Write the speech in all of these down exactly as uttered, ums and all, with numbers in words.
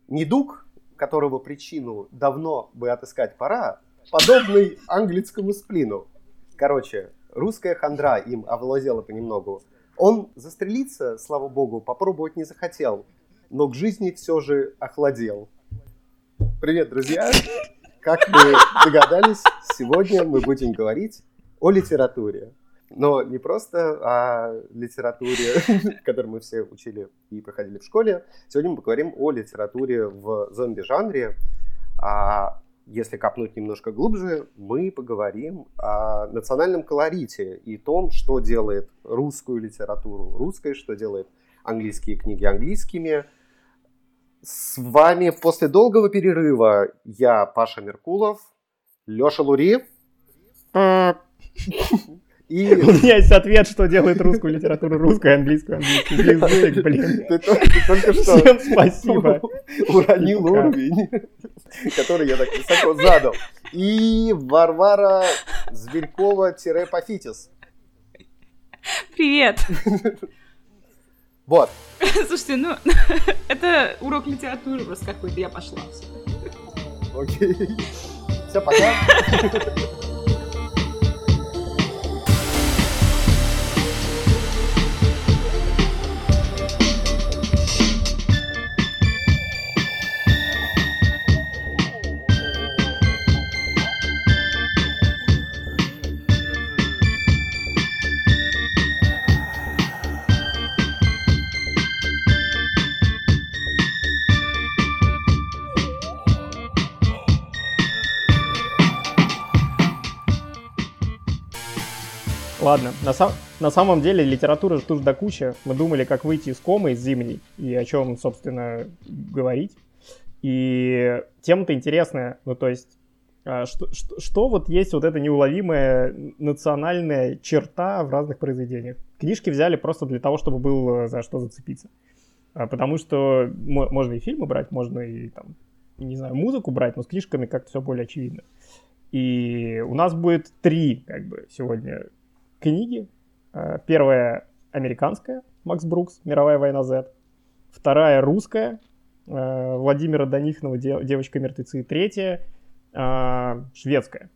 недуг, которого причину давно бы отыскать пора, подобный английскому сплину. Короче, русская хандра им овладела понемногу. Он застрелиться, слава богу, попробовать не захотел, но к жизни все же охладел. Привет, друзья! Как вы догадались, сегодня мы будем говорить о литературе. Но не просто о литературе, которую мы все учили и проходили в школе. Сегодня мы поговорим о литературе в зомби-жанре. А если копнуть немножко глубже, мы поговорим о национальном колорите и том, что делает русскую литературу русской, что делает английские книги английскими. С вами после долгого перерыва я, Паша Меркулов, Леша Лури. И... У меня есть ответ, что делает русскую литературу русской, английскую, английский язык, блин. Ты, ты, ты только что Всем спасибо. Уронил уровень, который я так высоко задал. И Варвара Зверькова-Пафитис. Привет. Вот. Слушайте, ну, это урок литературы просто какой-то, я пошла. Окей. Все, пока. Ладно, на, сам, на самом деле литература же тут до кучи. Мы думали, как выйти из комы, из зимней, и о чем, собственно, говорить. И тема-то интересная. Ну, то есть, что, что, что вот есть вот эта неуловимая национальная черта в разных произведениях. Книжки взяли просто для того, чтобы было за что зацепиться. Потому что можно и фильмы брать, можно и, там, не знаю, музыку брать, но с книжками как-то все более очевидно. И у нас будет три, как бы, сегодня книги. Первая американская, Макс Брукс, «Мировая война Z». Вторая русская, Владимира Данихнова, «Девочка-мертвецы». Третья шведская.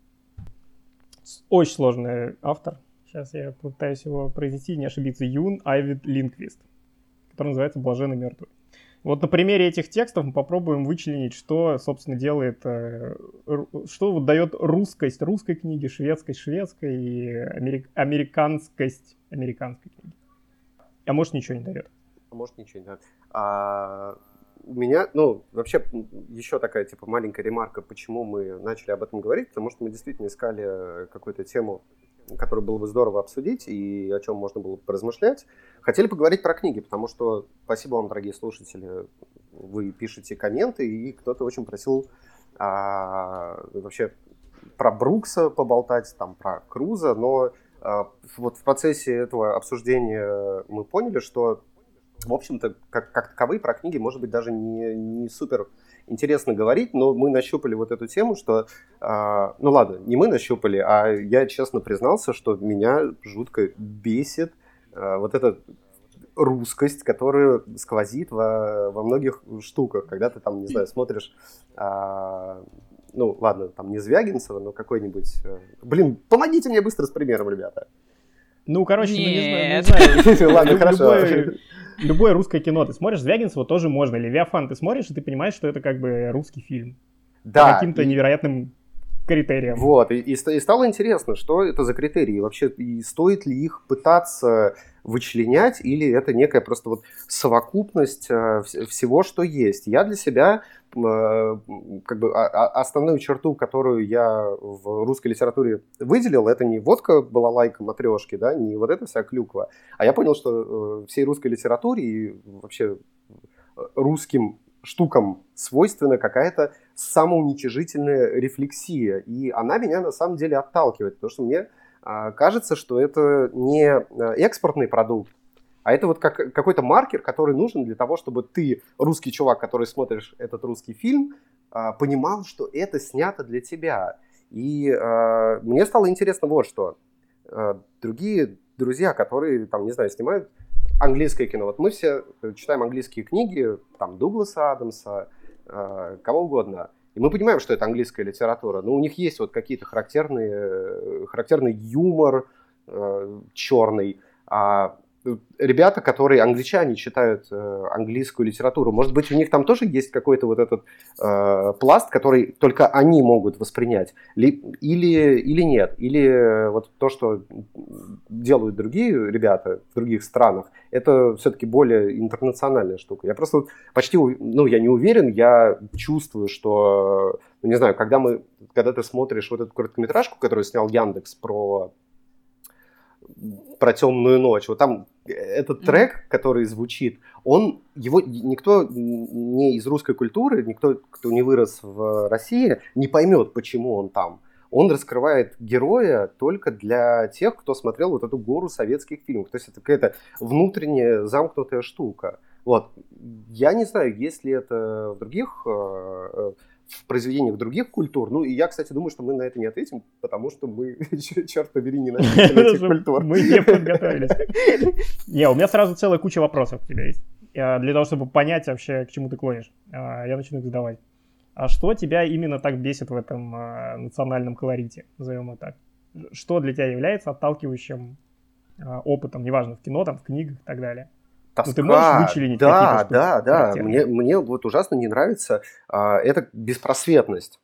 Очень сложный автор. Сейчас я попытаюсь его произнести, не ошибиться. Юн Айвид Линквист, который называется «Блаженный мертвый». Вот на примере этих текстов мы попробуем вычленить, что, собственно, делает, что вот дает русскость русской книги, шведскость шведской и америк, американскость американской книги. А может, ничего не дает. А может, ничего не дает. А, у меня, ну, вообще, еще такая, типа, маленькая ремарка, почему мы начали об этом говорить, потому что мы действительно искали какую-то тему, которую было бы здорово обсудить и о чем можно было бы поразмышлять. Хотели поговорить про книги, потому что, спасибо вам, дорогие слушатели, вы пишете комменты, и кто-то очень просил а, вообще про Брукса поболтать, там, про Круза, но а, вот в процессе этого обсуждения мы поняли, что, в общем-то, как, как таковые про книги, может быть, даже не, не супер интересно говорить, но мы нащупали вот эту тему, что... Э, ну ладно, не мы нащупали, а я честно признался, что меня жутко бесит э, вот эта русскость, которая сквозит во, во многих штуках. Когда ты там, не знаю, смотришь... Э, ну ладно, там не Звягинцева, но какой-нибудь... Э, блин, помогите мне быстро с примером, ребята. Ну, короче, ну не знаю. Не знаю. Ладно, хорошо. Любое русское кино ты смотришь, Звягинцева тоже можно. «Левиафан» ты смотришь, и ты понимаешь, что это как бы русский фильм. Да. По каким-то и... невероятным критериям. Вот, и, и, и стало интересно, что это за критерии. Вообще, и стоит ли их пытаться вычленять, или это некая просто вот совокупность э, всего, что есть. Я для себя э, как бы а, основную черту, которую я в русской литературе выделил, это не водка балалайка матрешки, да, не вот эта вся клюква, а я понял, что э, всей русской литературе и вообще русским штукам свойственна какая-то самоуничижительная рефлексия, и она меня на самом деле отталкивает, потому что мне кажется, что это не экспортный продукт, а это вот как, какой-то маркер, который нужен для того, чтобы ты, русский чувак, который смотришь этот русский фильм, понимал, что это снято для тебя. И э, мне стало интересно вот что. Другие друзья, которые, там, не знаю, снимают английское кино. Вот мы все читаем английские книги, там, Дугласа Адамса, кого угодно. И мы понимаем, что это английская литература, но у них есть вот какие-то характерные, характерный юмор э, черный. А ребята, которые англичане, читают э, английскую литературу, может быть, у них там тоже есть какой-то вот этот э, пласт, который только они могут воспринять, Ли, или, или нет. Или вот то, что делают другие ребята в других странах, это все-таки более интернациональная штука. Я просто почти, ну, я не уверен, я чувствую, что, ну, не знаю, когда мы, когда ты смотришь вот эту короткометражку, которую снял Яндекс про, про темную ночь, вот там этот трек, который звучит, он, его никто не из русской культуры, никто, кто не вырос в России, не поймет, почему он там. Он раскрывает героя только для тех, кто смотрел вот эту гору советских фильмов. То есть это какая-то внутренняя замкнутая штука. Вот. Я не знаю, есть ли это в других, в произведениях других культур. Ну, и я, кстати, думаю, что мы на это не ответим, потому что мы, черт побери, не носители этих культур. Мы не подготовились. Не, у меня сразу целая куча вопросов к тебе есть. Для того, чтобы понять вообще, к чему ты клонишь. Я начну их задавать. А что тебя именно так бесит в этом э, национальном колорите, назовем это так? Что для тебя является отталкивающим э, опытом, неважно, в кино, там, в книгах и так далее? Тоска, ну, ты можешь вычленить да, какие-то да, да, да. Мне, мне вот ужасно не нравится а, эта беспросветность.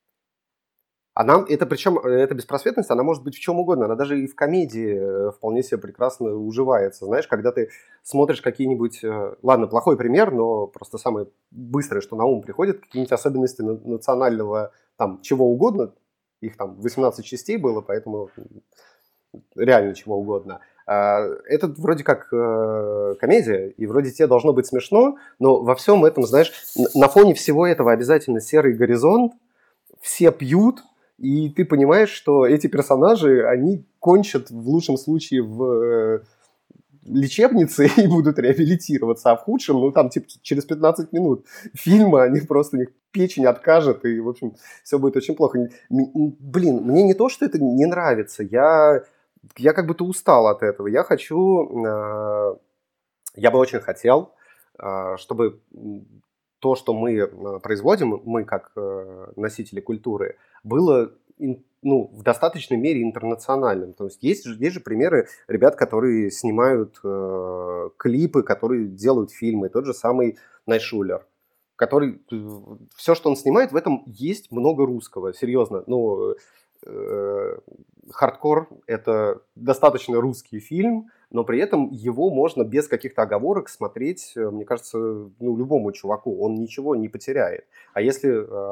Она, это причем, эта беспросветность, она может быть в чем угодно, она даже и в комедии вполне себе прекрасно уживается. Знаешь, когда ты смотришь какие-нибудь, ладно, плохой пример, но просто самое быстрое, что на ум приходит, какие-нибудь особенности национального, там, чего угодно, их там восемнадцать частей было, поэтому реально чего угодно. Это вроде как комедия, и вроде тебе должно быть смешно, но во всем этом, знаешь, на фоне всего этого обязательно серый горизонт, все пьют, и ты понимаешь, что эти персонажи, они кончат в лучшем случае в лечебнице и будут реабилитироваться, а в худшем, ну там типа через пятнадцать минут фильма они просто, у них печень откажет, и в общем все будет очень плохо. Блин, мне не то, что это не нравится, я, я как будто устал от этого. Я хочу, я бы очень хотел, чтобы то, что мы производим, мы как носители культуры, было, ну, в достаточной мере интернациональным. То есть есть, есть же примеры ребят, которые снимают э, клипы, которые делают фильмы. Тот же самый Найшулер, который... Все, что он снимает, в этом есть много русского. Серьезно. Ну, э, «Хардкор» — это достаточно русский фильм, но при этом его можно без каких-то оговорок смотреть, мне кажется, ну, любому чуваку. Он ничего не потеряет. А если,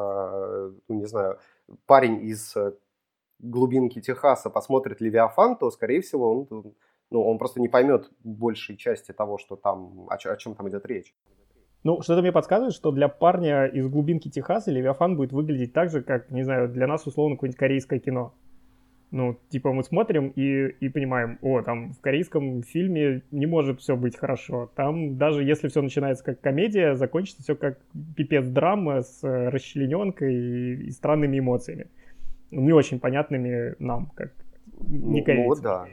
э, ну, не знаю, парень из глубинки Техаса посмотрит «Левиафан», то, скорее всего, он, ну, он просто не поймет большей части того, что там, о, о чем там идет речь. Ну, что-то мне подсказывает, что для парня из глубинки Техаса «Левиафан» будет выглядеть так же, как, не знаю, для нас, условно, какое-нибудь корейское кино. Ну, типа мы смотрим и, и понимаем, о, там в корейском фильме не может все быть хорошо. Там даже если все начинается как комедия, закончится все как пипец драма с расчлененкой и, и странными эмоциями. Не очень понятными нам, как не корейцам. Ну, да.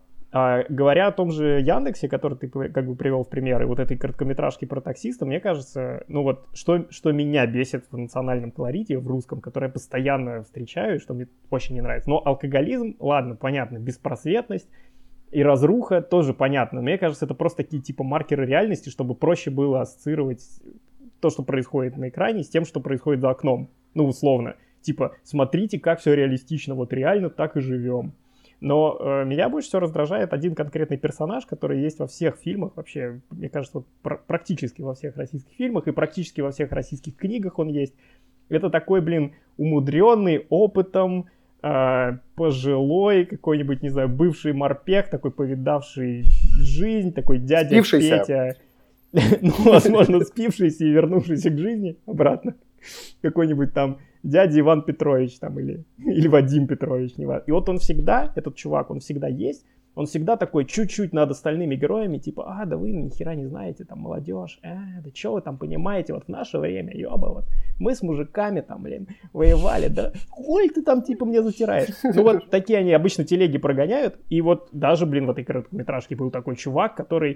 А, говоря о том же Яндексе, который ты как бы привел в пример, и вот этой короткометражки про таксиста, мне кажется, ну вот, что, что меня бесит в национальном колорите, в русском, который я постоянно встречаю, что мне очень не нравится. Но алкоголизм, ладно, понятно, беспросветность и разруха тоже понятно. Мне кажется, это просто такие типа маркеры реальности, чтобы проще было ассоциировать то, что происходит на экране, с тем, что происходит за окном. Ну, условно. Типа, смотрите, как все реалистично, вот реально так и живем. Но э, меня больше всего раздражает один конкретный персонаж, который есть во всех фильмах, вообще, мне кажется, вот, пр- практически во всех российских фильмах и практически во всех российских книгах он есть. Это такой, блин, умудренный опытом, э, пожилой, какой-нибудь, не знаю, бывший морпех, такой повидавший жизнь, такой дядя Спившийся. Петя. Ну, возможно, спившийся и вернувшийся к жизни обратно. Какой-нибудь там дядя Иван Петрович там или, или Вадим Петрович, не важно. И вот он всегда, этот чувак, он всегда есть, он всегда такой чуть-чуть над остальными героями, типа, а, да вы ни хера не знаете, там, молодежь, а, да что вы там понимаете, вот в наше время, ёба, вот, мы с мужиками там, блин, воевали, да, ой, ты там, типа, мне затираешь. Ну вот такие они обычно телеги прогоняют, и вот даже, блин, в этой короткометражке был такой чувак, который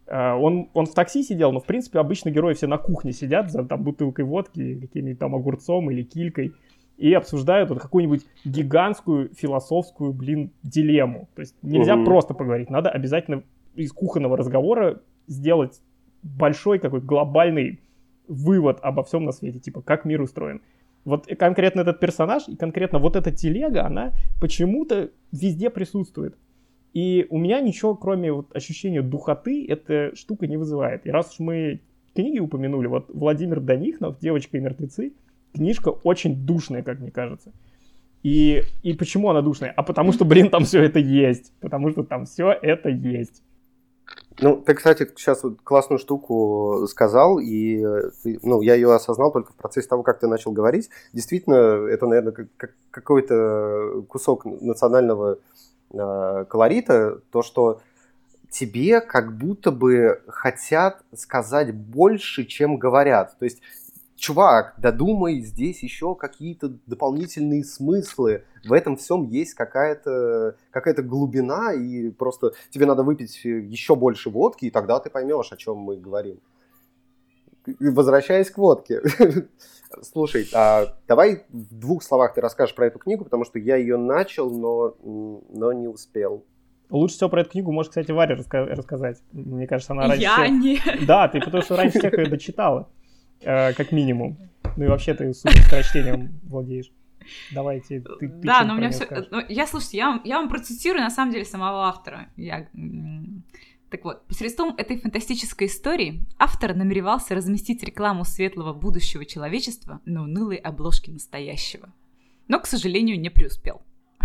Он, он в такси сидел, но, в принципе, обычно герои все на кухне сидят за там, бутылкой водки, каким-нибудь там огурцом или килькой, и обсуждают вот какую-нибудь гигантскую философскую, блин, дилемму. То есть нельзя mm-hmm. просто поговорить, надо обязательно из кухонного разговора сделать большой какой-то глобальный вывод обо всем на свете, типа, как мир устроен. Вот конкретно этот персонаж и конкретно вот эта телега, она почему-то везде присутствует. И у меня ничего, кроме вот ощущения духоты, эта штука не вызывает. И раз уж мы книги упомянули, вот Владимир Данихнов «Девочка и мертвецы», книжка очень душная, как мне кажется. И, и почему она душная? А потому что, блин, там все это есть. Потому что там все это есть. Ну, ты, кстати, сейчас вот классную штуку сказал, и ну, я ее осознал только в процессе того, как ты начал говорить. Действительно, это, наверное, как, какой-то кусок национального колорита, то, что тебе как будто бы хотят сказать больше, чем говорят. То есть, чувак, додумай, здесь еще какие-то дополнительные смыслы. В этом всем есть какая-то, какая-то глубина, и просто тебе надо выпить еще больше водки, и тогда ты поймешь, о чем мы говорим. Возвращаясь к водке. Слушай, а давай в двух словах ты расскажешь про эту книгу, потому что я ее начал, но, но не успел. Лучше всего про эту книгу может, кстати, Варя раска- рассказать. Мне кажется, она раньше... Я всех... не... Да, ты потому что раньше всех ее дочитала, э, как минимум. Ну и вообще ты супер скорочтением владеешь. Давайте, ты, ты Да, но у меня все... скажешь. Ну, я, слушайте, я вам, я вам процитирую, на самом деле, самого автора. Я... Так вот, посредством этой фантастической истории автор намеревался разместить рекламу светлого будущего человечества на унылой обложке настоящего. Но, к сожалению, не преуспел.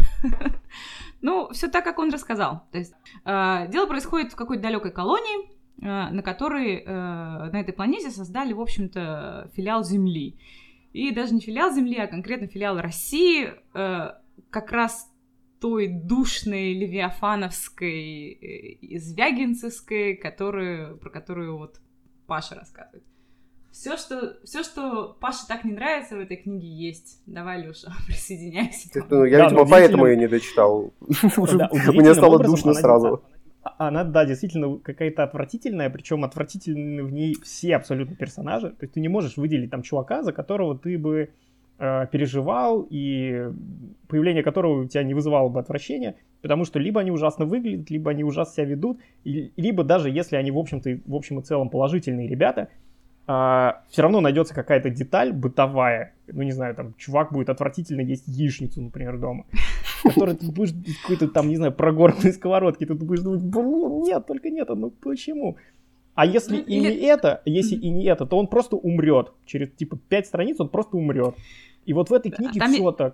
Ну, все так, как он рассказал. То есть, дело происходит в какой-то далекой колонии, на которой, на этой планете создали, в общем-то, филиал Земли. И даже не филиал Земли, а конкретно филиал России, как раз той душной левиафановской, звягинцевской, которую, про которую вот Паша рассказывает. Все что, все, что Паше так не нравится в этой книге, есть. Давай, Леша, присоединяйся. Ну, я, да, видимо, поэтому ее не дочитал. Да, мне стало душно сразу. Она, да, действительно какая-то отвратительная, причем отвратительны в ней все абсолютно персонажи. То есть ты не можешь выделить там чувака, за которого ты бы э, переживал, и появление которого у тебя не вызывало бы отвращения, потому что либо они ужасно выглядят, либо они ужасно себя ведут, и, либо даже если они, в общем-то, в общем и целом положительные ребята, Uh, все равно найдется какая-то деталь бытовая. Ну, не знаю, там, чувак будет отвратительно есть яичницу, например, дома. Который ты будешь какой-то там, не знаю, прогорклой сковородки. Ты будешь думать, блин, нет, только нет, ну почему? А если и не это, если и не это, то он просто умрет. Через, типа, пять страниц он просто умрет. И вот в этой книге там все и... так.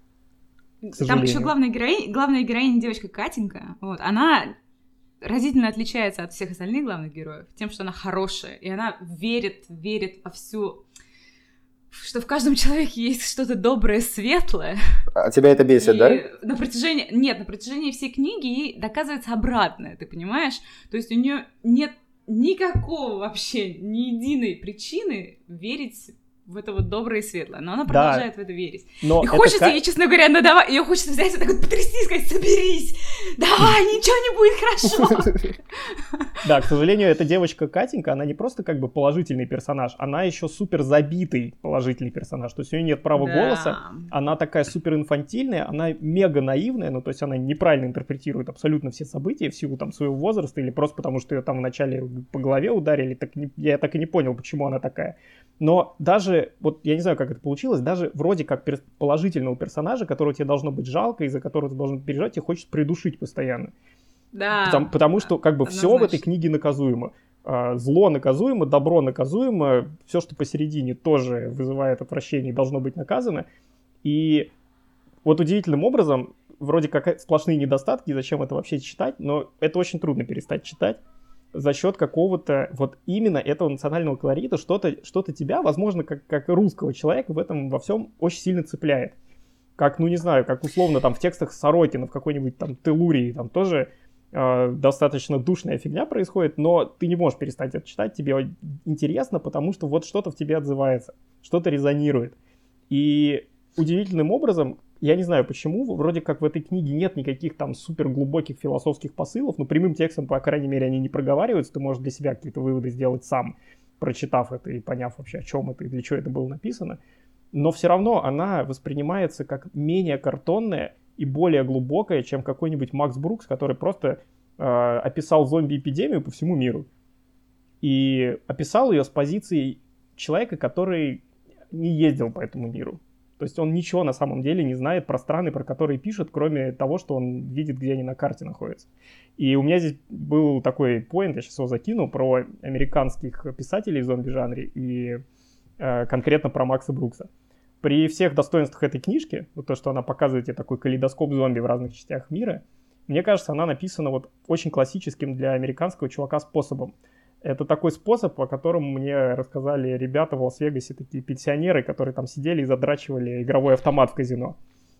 Там еще главная героиня, главная героиня, девочка Катенька, вот, она... разительно отличается от всех остальных главных героев тем, что она хорошая, и она верит, верит во всю... что в каждом человеке есть что-то доброе, светлое. А тебя это бесит, и да? На протяжении... Нет, на протяжении всей книги ей доказывается обратное, ты понимаешь? То есть у нее нет никакого вообще, ни единой причины верить в это вот доброе и светлое, но она продолжает да, в это верить. И хочется как... ей, честно говоря, надавать, ее хочется взять и так вот потрясти и сказать, соберись, давай, ничего не будет хорошо. Да, к сожалению, эта девочка Катенька, она не просто как бы положительный персонаж, она еще супер забитый положительный персонаж, то есть у нее нет права голоса, она такая супер инфантильная, она мега наивная, ну то есть она неправильно интерпретирует абсолютно все события в силу там своего возраста или просто потому, что ее там вначале по голове ударили, так не, я так и не понял, почему она такая. Но даже, вот я не знаю, как это получилось, даже вроде как пер- положительного персонажа, которого тебе должно быть жалко, из-за которого ты должен переживать, тебе хочется придушить постоянно. Да. Потому, потому что как бы однозначно. Все в этой книге наказуемо. А, зло наказуемо, добро наказуемо, все, что посередине, тоже вызывает отвращение и должно быть наказано. И вот удивительным образом, вроде как сплошные недостатки, зачем это вообще читать, но это очень трудно перестать читать. За счет какого-то вот именно этого национального колорита что-то, что-то тебя, возможно, как, как русского человека в этом во всем очень сильно цепляет. Как, ну не знаю, как условно там в текстах Сорокина в какой-нибудь там Телурии там тоже э, достаточно душная фигня происходит, но ты не можешь перестать это читать, тебе интересно, потому что вот что-то в тебе отзывается, что-то резонирует. И удивительным образом Я не знаю почему, вроде как в этой книге нет никаких там супер глубоких философских посылов, но прямым текстом, по крайней мере, они не проговариваются, ты можешь для себя какие-то выводы сделать сам, прочитав это и поняв вообще, о чем это и для чего это было написано. Но все равно она воспринимается как менее картонная и более глубокая, чем какой-нибудь Макс Брукс, который просто э, описал зомби-эпидемию по всему миру. И описал ее с позиции человека, который не ездил по этому миру. То есть он ничего на самом деле не знает про страны, про которые пишет, кроме того, что он видит, где они на карте находятся. И у меня здесь был такой поинт, я сейчас его закину, про американских писателей в зомби-жанре и э, конкретно про Макса Брукса. При всех достоинствах этой книжки, вот то, что она показывает тебе такой калейдоскоп зомби в разных частях мира, мне кажется, она написана вот очень классическим для американского чувака способом. Это такой способ, о котором мне рассказали ребята в Лас-Вегасе, такие пенсионеры, которые там сидели и задрачивали игровой автомат в казино.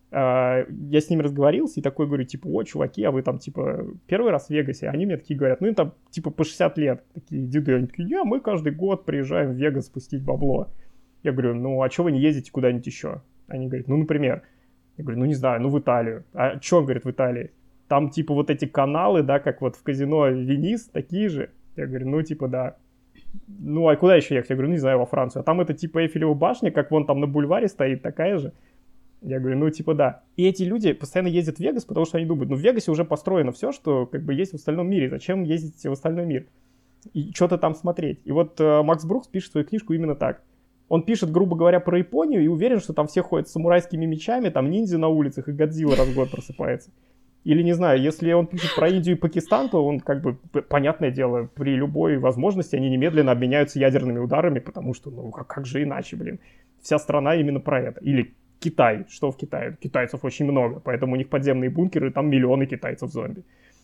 Я с ними разговорился и такой говорю, типа, о, чуваки, а вы там, типа, первый раз в Вегасе? А они мне такие говорят, ну, им там, типа, по шестьдесят лет. Такие деды, они такие, не, мы каждый год приезжаем в Вегас спустить бабло. Я говорю, ну, а что вы не ездите куда-нибудь еще? Они говорят, ну, например. Я говорю, ну, не знаю, ну, в Италию. А что, он говорит, в Италии? Там, типа, вот эти каналы, да, как вот в казино Венис, такие же. Я говорю, ну, типа, да. Ну, а куда еще ехать? Я говорю, ну, не знаю, во Францию. А там это, типа, Эйфелева башня, как вон там на бульваре стоит, такая же. Я говорю, ну, типа, да. И эти люди постоянно ездят в Вегас, потому что они думают, ну, в Вегасе уже построено все, что, как бы, есть в остальном мире. Зачем ездить в остальной мир? И что-то там смотреть. И вот э, Макс Брукс пишет свою книжку именно так. Он пишет, грубо говоря, про Японию и уверен, что там все ходят с самурайскими мечами, там ниндзя на улицах и Годзилла раз в год просыпается. Или, не знаю, если он пишет про Индию и Пакистан, то он, как бы, понятное дело, при любой возможности они немедленно обменяются ядерными ударами, потому что, ну, как, как же иначе, блин. Вся страна именно про это. Или Китай. Что в Китае? Китайцев очень много, поэтому у них подземные бункеры, там миллионы китайцев-зомби.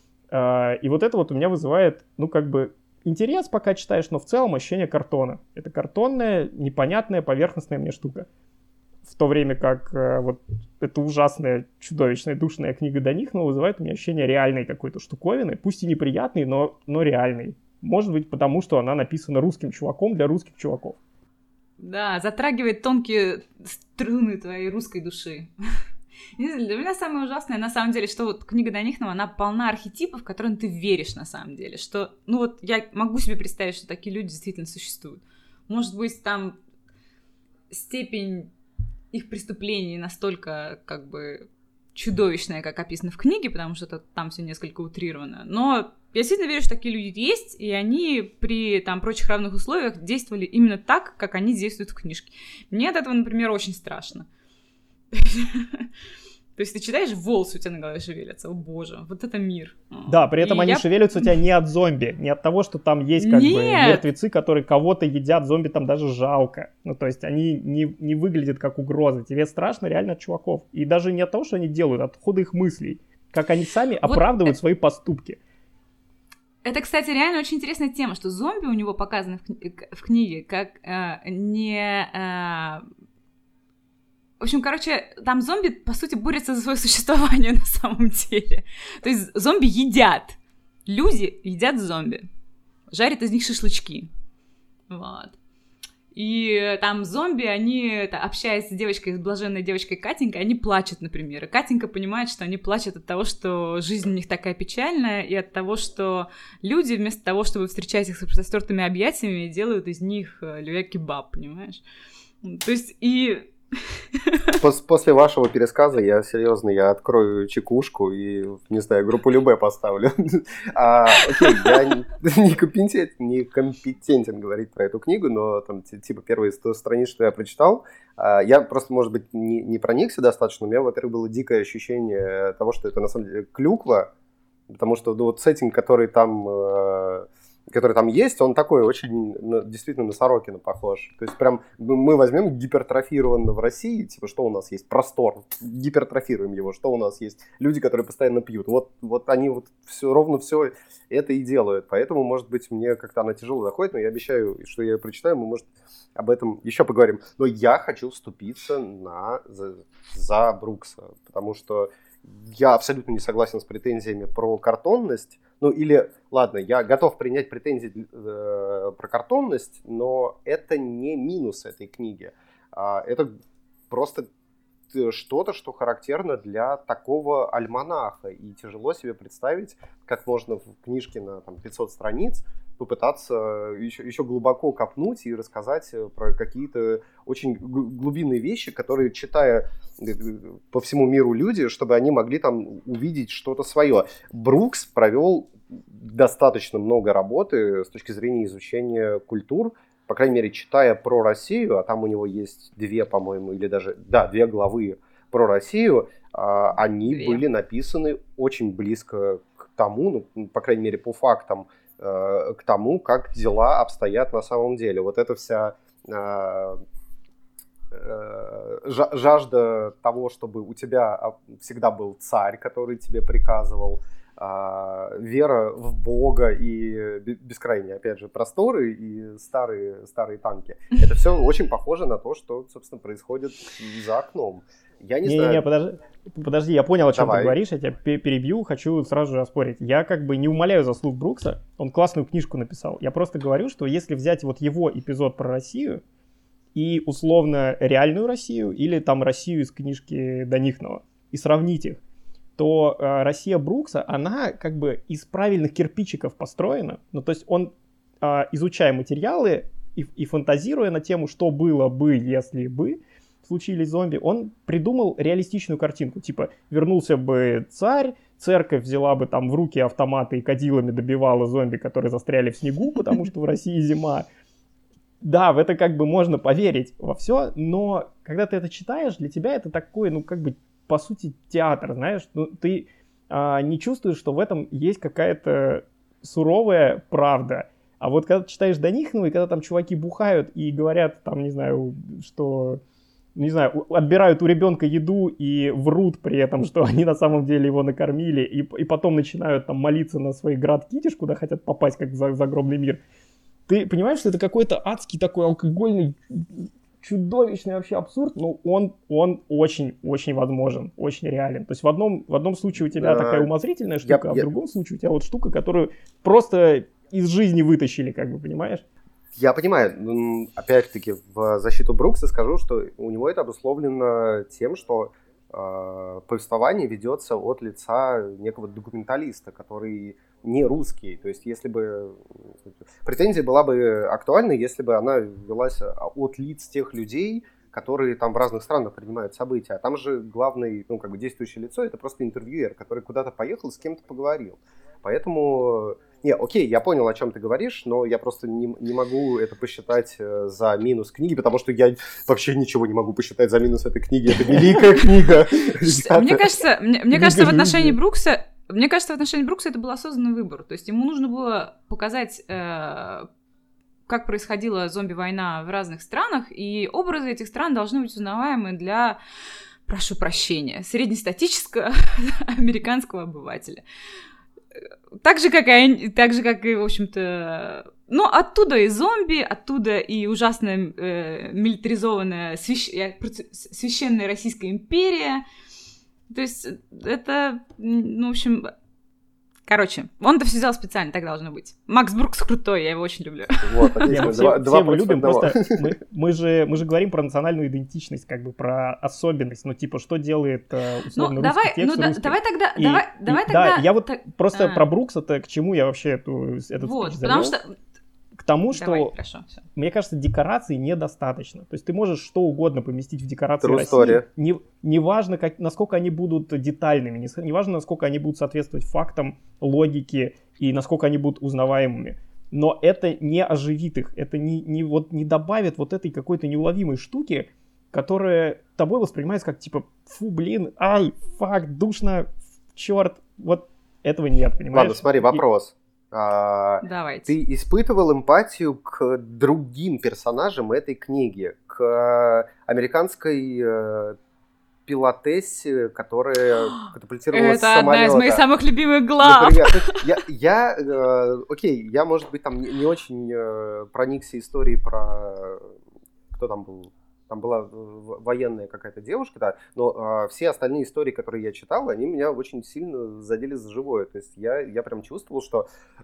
И вот это вот у меня вызывает, ну, как бы, интерес, пока читаешь, но в целом ощущение картона. Это картонная, непонятная, поверхностная мне штука. В то время как э, вот эта ужасная, чудовищная, душная книга до них, но вызывает у меня ощущение реальной какой-то штуковины, пусть и неприятной, но, но реальной. Может быть, потому что она написана русским чуваком для русских чуваков. Да, затрагивает тонкие струны твоей русской души. Для меня самое ужасное, на самом деле, что вот книга Данихнова, она полна архетипов, которым ты веришь на самом деле. Что, ну вот я могу себе представить, что такие люди действительно существуют. Может быть, там степень их преступлений настолько, как бы, чудовищная, как описано в книге, потому что там все несколько утрировано. Но я действительно верю, что такие люди есть, и они при там прочих равных условиях действовали именно так, как они действуют в книжке. Мне от этого, например, очень страшно. То есть ты читаешь, волосы у тебя на голове шевелятся, о боже, вот это мир. Да, при этом и они я... шевелятся у тебя не от зомби, не от того, что там есть как Нет. бы мертвецы, которые кого-то едят, зомби там даже жалко. Ну, то есть они не, не выглядят как угроза, тебе страшно реально от чуваков. И даже не от того, что они делают, а от хода их мыслей, как они сами вот оправдывают это... свои поступки. Это, кстати, реально очень интересная тема, что зомби у него показаны в, кни... в книге как э, не... Э, В общем, короче, там зомби, по сути, борются за свое существование на самом деле. То есть зомби едят. Люди едят зомби. Жарят из них шашлычки. Вот. И там зомби, они, общаясь с девочкой, с блаженной девочкой Катенькой, они плачут, например. И Катенька понимает, что они плачут от того, что жизнь у них такая печальная, и от того, что люди вместо того, чтобы встречать их с распростертыми объятиями, делают из них люля-кебаб, понимаешь? То есть и... После вашего пересказа я серьезно, я открою чекушку и, не знаю, группу Любэ поставлю. а, окей, я не компетентен, не компетентен говорить про эту книгу, но там типа первые сто страниц, что я прочитал, а, я просто, может быть, не, не проникся достаточно. У меня, во-первых, было дикое ощущение того, что это на самом деле клюква, потому что ну, вот сеттинг, который там... который там есть, он такой очень, действительно, на Сорокина похож. То есть прям мы возьмем гипертрофированно в России, типа, что у нас есть? Простор. Гипертрофируем его. Что у нас есть? Люди, которые постоянно пьют. Вот, вот они вот все, ровно все это и делают. Поэтому, может быть, мне как-то она тяжело заходит, но я обещаю, что я ее прочитаю, мы, может, об этом еще поговорим. Но я хочу вступиться на, за, за Брукса, потому что я абсолютно не согласен с претензиями про картонность. Ну или, ладно, я готов принять претензии э, про картонность, но это не минус этой книги. А, это просто что-то, что характерно для такого альманаха. И тяжело себе представить, как можно в книжке на там, пятьсот страниц попытаться еще, еще глубоко копнуть и рассказать про какие-то очень глубинные вещи, которые, читая по всему миру люди, чтобы они могли там увидеть что-то свое. Брукс провел достаточно много работы с точки зрения изучения культур, по крайней мере, читая про Россию, а там у него есть две, по-моему, или даже, да, две главы про Россию, они две. были написаны очень близко к тому, ну, по крайней мере, по фактам, к тому, как дела обстоят на самом деле. Вот эта вся жажда того, чтобы у тебя всегда был царь, который тебе приказывал, вера в Бога и бескрайние, опять же, просторы и старые, старые танки. Это все очень похоже на то, что, собственно, происходит за окном. Я не, не знаю... Не, подожди, подожди, я понял, о чем Давай. ты говоришь, я тебя перебью, хочу сразу же оспорить. Я как бы не умаляю заслуг Брукса, он классную книжку написал. Я просто говорю, что если взять вот его эпизод про Россию и условно реальную Россию или там Россию из книжки Данихнова и сравнить их, то э, Россия Брукса, она как бы из правильных кирпичиков построена. Ну, то есть он, э, изучая материалы и, и фантазируя на тему, что было бы, если бы случились зомби, он придумал реалистичную картинку. Типа, вернулся бы царь, церковь взяла бы там в руки автоматы и кадилами добивала зомби, которые застряли в снегу, потому что в России зима. Да, в это как бы можно поверить во все, но когда ты это читаешь, для тебя это такой, ну, как бы, по сути, театр, знаешь, ну, ты а, не чувствуешь, что в этом есть какая-то суровая правда. А вот когда ты читаешь Данихнова, и когда там чуваки бухают и говорят, там, не знаю, что, не знаю, отбирают у ребенка еду и врут при этом, что они на самом деле его накормили, и, и потом начинают там молиться на свой град-китиш, куда хотят попасть, как в загробный мир. Ты понимаешь, что это какой-то адский такой алкогольный... чудовищный вообще абсурд, но он, он очень-очень возможен, очень реален. То есть в одном, в одном случае у тебя а, такая умозрительная штука, я, а в я... другом случае у тебя вот штука, которую просто из жизни вытащили, как бы, понимаешь? Я понимаю. Опять-таки, в защиту Брукса скажу, что у него это обусловлено тем, что э, повествование ведется от лица некого документалиста, который не русский. То есть, если бы... Претензия была бы актуальна, если бы она велась от лиц тех людей, которые там в разных странах принимают события. А там же главный, ну, как бы действующее лицо — это просто интервьюер, который куда-то поехал, с кем-то поговорил. Поэтому... Не, окей, я понял, о чем ты говоришь, но я просто не, не могу это посчитать за минус книги, потому что я вообще ничего не могу посчитать за минус этой книги. Это великая книга. Мне кажется, мне кажется, в отношении Брукса Мне кажется, в отношении Брукса это был осознанный выбор. То есть ему нужно было показать, э, как происходила зомби-война в разных странах, и образы этих стран должны быть узнаваемы для, прошу прощения, среднестатического американского обывателя. Так же, как и, так же, как и, в общем-то... Ну, оттуда и зомби, оттуда и ужасная э, милитаризованная свящ... священная Российская империя. То есть это, ну, в общем... Короче, он это все сделал специально, так должно быть. Макс Брукс крутой, я его очень люблю. Вот, отлично. Все, два, все мы любим, одного. Просто мы, мы, же, мы же говорим про национальную идентичность, как бы про особенность, ну, типа, что делает условно ну, русский давай, текст ну, русским. давай тогда, и, давай, и, давай да, тогда... я вот так, просто а. про Брукса-то, к чему я вообще эту, этот вот, спич потому завел? что... К тому, что, Давай, хорошо, мне кажется, декораций недостаточно. То есть ты можешь что угодно поместить в декорации True России. Story. Не, не важно, как, насколько они будут детальными, не, не важно, насколько они будут соответствовать фактам, логике и насколько они будут узнаваемыми. Но это не оживит их, это не, не, вот, не добавит вот этой какой-то неуловимой штуки, которая тобой воспринимается как типа, фу, блин, ай, фак, душно, черт. Вот этого нет, понимаешь? Ладно, смотри, вопрос. Давайте. Ты испытывал эмпатию к другим персонажам этой книги, к американской э, пилотессе, которая катапультировалась с самолета. Это одна из моих самых любимых глав. Например, я, я э, окей, я, может быть, там не, не очень э, проникся историей про... Кто там был? Там была военная какая-то девушка, да, но э, все остальные истории, которые я читал, они меня очень сильно задели за живое. То есть я, я прям чувствовал, что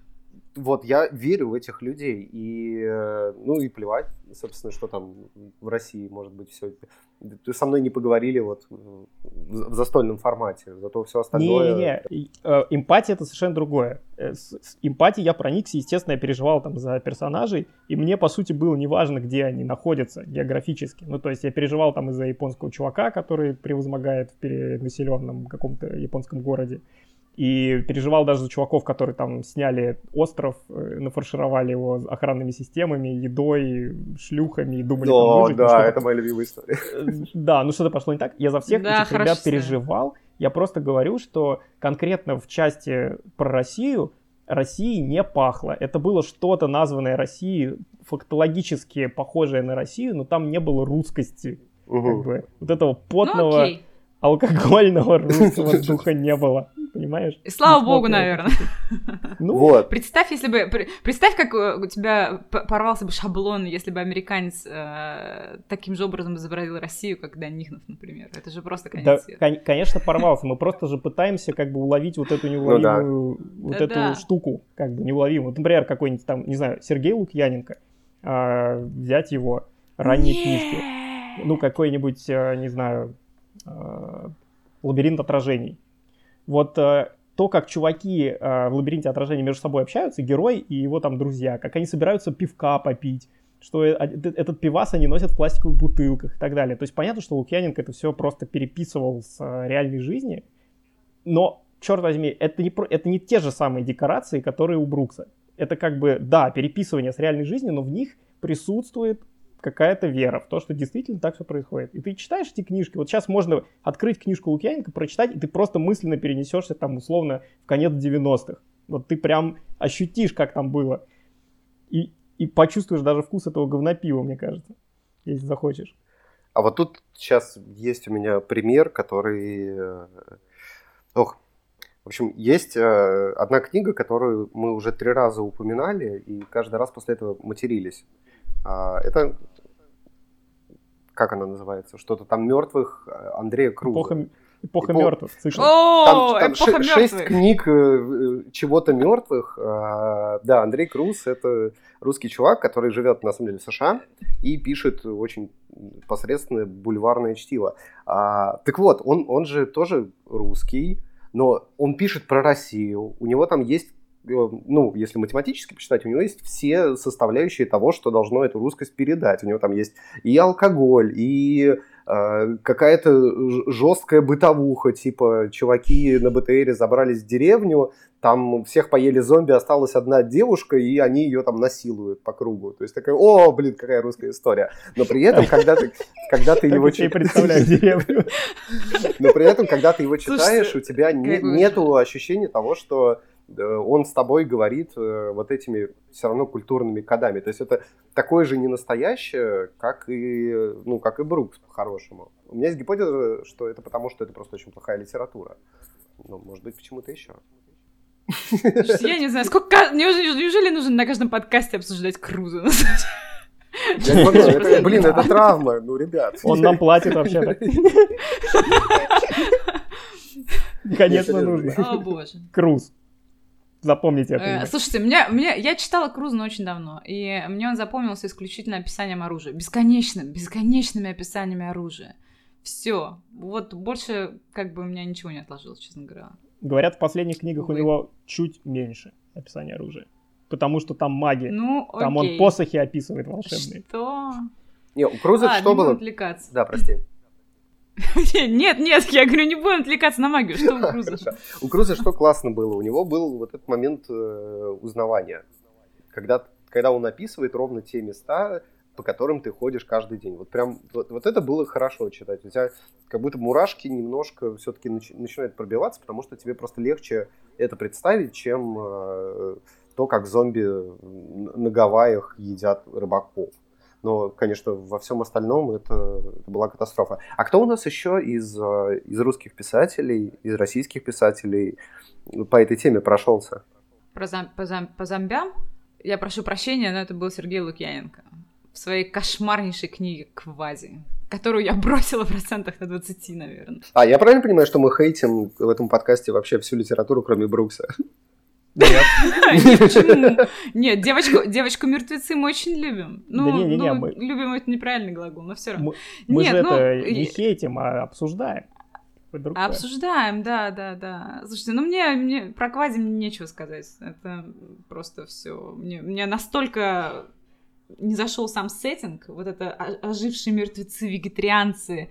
вот я верю в этих людей, и, ну, и плевать, собственно, что там в России, может быть, все. Со мной не поговорили вот в застольном формате, зато все остальное... Не-не-не, эмпатия — это совершенно другое. С эмпатией я проникся, естественно, я переживал там за персонажей, и мне, по сути, было неважно, где они находятся географически. Ну, то есть я переживал там из-за японского чувака, который превозмогает в перенаселенном каком-то японском городе. И переживал даже за чуваков, которые там сняли остров, нафаршировали его охранными системами, едой, шлюхами и думали О, там выжить. Да, ну, это моя любимая история. Да, ну что-то пошло не так. Я за всех да, этих ребят переживал. Я просто говорю, что конкретно в части про Россию России не пахло. Это было что-то, названное Россией, фактологически похожее на Россию, но там не было русскости. Угу. Как бы, вот этого потного... Ну, алкогольного русского духа не было, понимаешь? И слава богу, наверное. Ну, вот. Представь, если бы... Представь, как у тебя порвался бы шаблон, если бы американец э, таким же образом изобразил Россию, как Данихнов, например. Это же просто конец да, света. Кон- конечно, порвался. Мы просто же пытаемся как бы уловить вот эту неуловимую... Ну, да. Вот да, эту да. штуку, как бы неуловимую. Вот, например, какой-нибудь там, не знаю, Сергей Лукьяненко. Э, взять его ранние Нет. книжки. Ну, какой-нибудь, э, не знаю... «Лабиринт отражений». Вот э, то, как чуваки э, в «Лабиринте отражений» между собой общаются, герой и его там друзья, как они собираются пивка попить, что э, этот пивас они носят в пластиковых бутылках и так далее. То есть понятно, что Лукьяненко это все просто переписывал с э, реальной жизни, но, черт возьми, это не, про, это не те же самые декорации, которые у Брукса. Это как бы, да, переписывание с реальной жизни, но в них присутствует какая-то вера в то, что действительно так все происходит. И ты читаешь эти книжки, вот сейчас можно открыть книжку Лукьяненко, прочитать, и ты просто мысленно перенесешься там условно в конец девяностых. Вот ты прям ощутишь, как там было. И, и почувствуешь даже вкус этого говнопива, мне кажется, если захочешь. А вот тут сейчас есть у меня пример, который... Ох, в общем, есть одна книга, которую мы уже три раза упоминали, и каждый раз после этого матерились. Это, как она называется? Что-то там мертвых Андрея Круза. Эпоха, эпоха Эпо... мертвых, цикл. О, там там эпоха ш- шесть книг чего-то мертвых. Да, Андрей Круз — это русский чувак, который живет, на самом деле, в США и пишет очень посредственное бульварное чтиво. Так вот, он, он же тоже русский, но он пишет про Россию. У него там есть, ну, если математически посчитать, у него есть все составляющие того, что должно эту русскость передать. У него там есть и алкоголь, и э, какая-то жесткая бытовуха, типа чуваки на БТРе забрались в деревню, там всех поели зомби, осталась одна девушка, и они ее там насилуют по кругу. То есть такая, о, блин, какая русская история. Но при этом, когда ты, когда ты его читаешь... Но при этом, когда ты его читаешь, у тебя нету ощущения того, что он с тобой говорит э, вот этими все равно культурными кодами. То есть это такое же ненастоящее, как и, ну, как и Брукс по-хорошему. У меня есть гипотеза, что это потому, что это просто очень плохая литература. Ну, может быть, почему-то еще. Я не знаю, сколько... Неужели, неужели нужно на каждом подкасте обсуждать Круза? Я не могу, это, блин, это травма, ну, ребят. Он нам платит вообще-то. Конечно, нужно. О, боже. Круз. Запомните это. Э, слушайте, мне, мне, я читала Круза очень давно, и мне он запомнился исключительно описанием оружия. Бесконечным, бесконечными описаниями оружия. Все. Вот больше как бы у меня ничего не отложилось, честно говоря. Говорят, в последних книгах Вы... у него чуть меньше описания оружия. Потому что там магия. Ну, окей. Там он посохи описывает волшебные. Что? Не, у Круза что было? Отвлекаться. Да, прости. Нет, нет, я говорю, не будем отвлекаться на магию. Что у Круза? У Круза что классно было? У него был вот этот момент э, узнавания. Когда, когда он описывает ровно те места, по которым ты ходишь каждый день. Вот прям вот, вот это было хорошо читать. У тебя как будто мурашки немножко все-таки начи- начинают пробиваться, потому что тебе просто легче это представить, чем э, то, как зомби на Гавайях едят рыбаков. Но, конечно, во всем остальном это, это была катастрофа. А кто у нас еще из, из русских писателей, из российских писателей по этой теме прошелся? Про зам, по, зам, по зомбям? Я прошу прощения, но это был Сергей Лукьяненко. В своей кошмарнейшей книге «Квази», которую я бросила в процентах на двадцати, наверное. А, я правильно понимаю, что мы хейтим в этом подкасте вообще всю литературу, кроме Брукса? Нет. Нет, почему? Нет, девочку, девочку-мертвецы мы очень любим. Ну, Да не, не, не, ну мы... любим — это неправильный глагол, но все равно. Мы, мы Нет, же ну, это не хейтим, а обсуждаем. Обсуждаем, да, да, да. Слушайте, ну мне, мне про квази мне нечего сказать. Это просто все. Мне, мне настолько не зашел сам сеттинг, вот это ожившие мертвецы, вегетарианцы,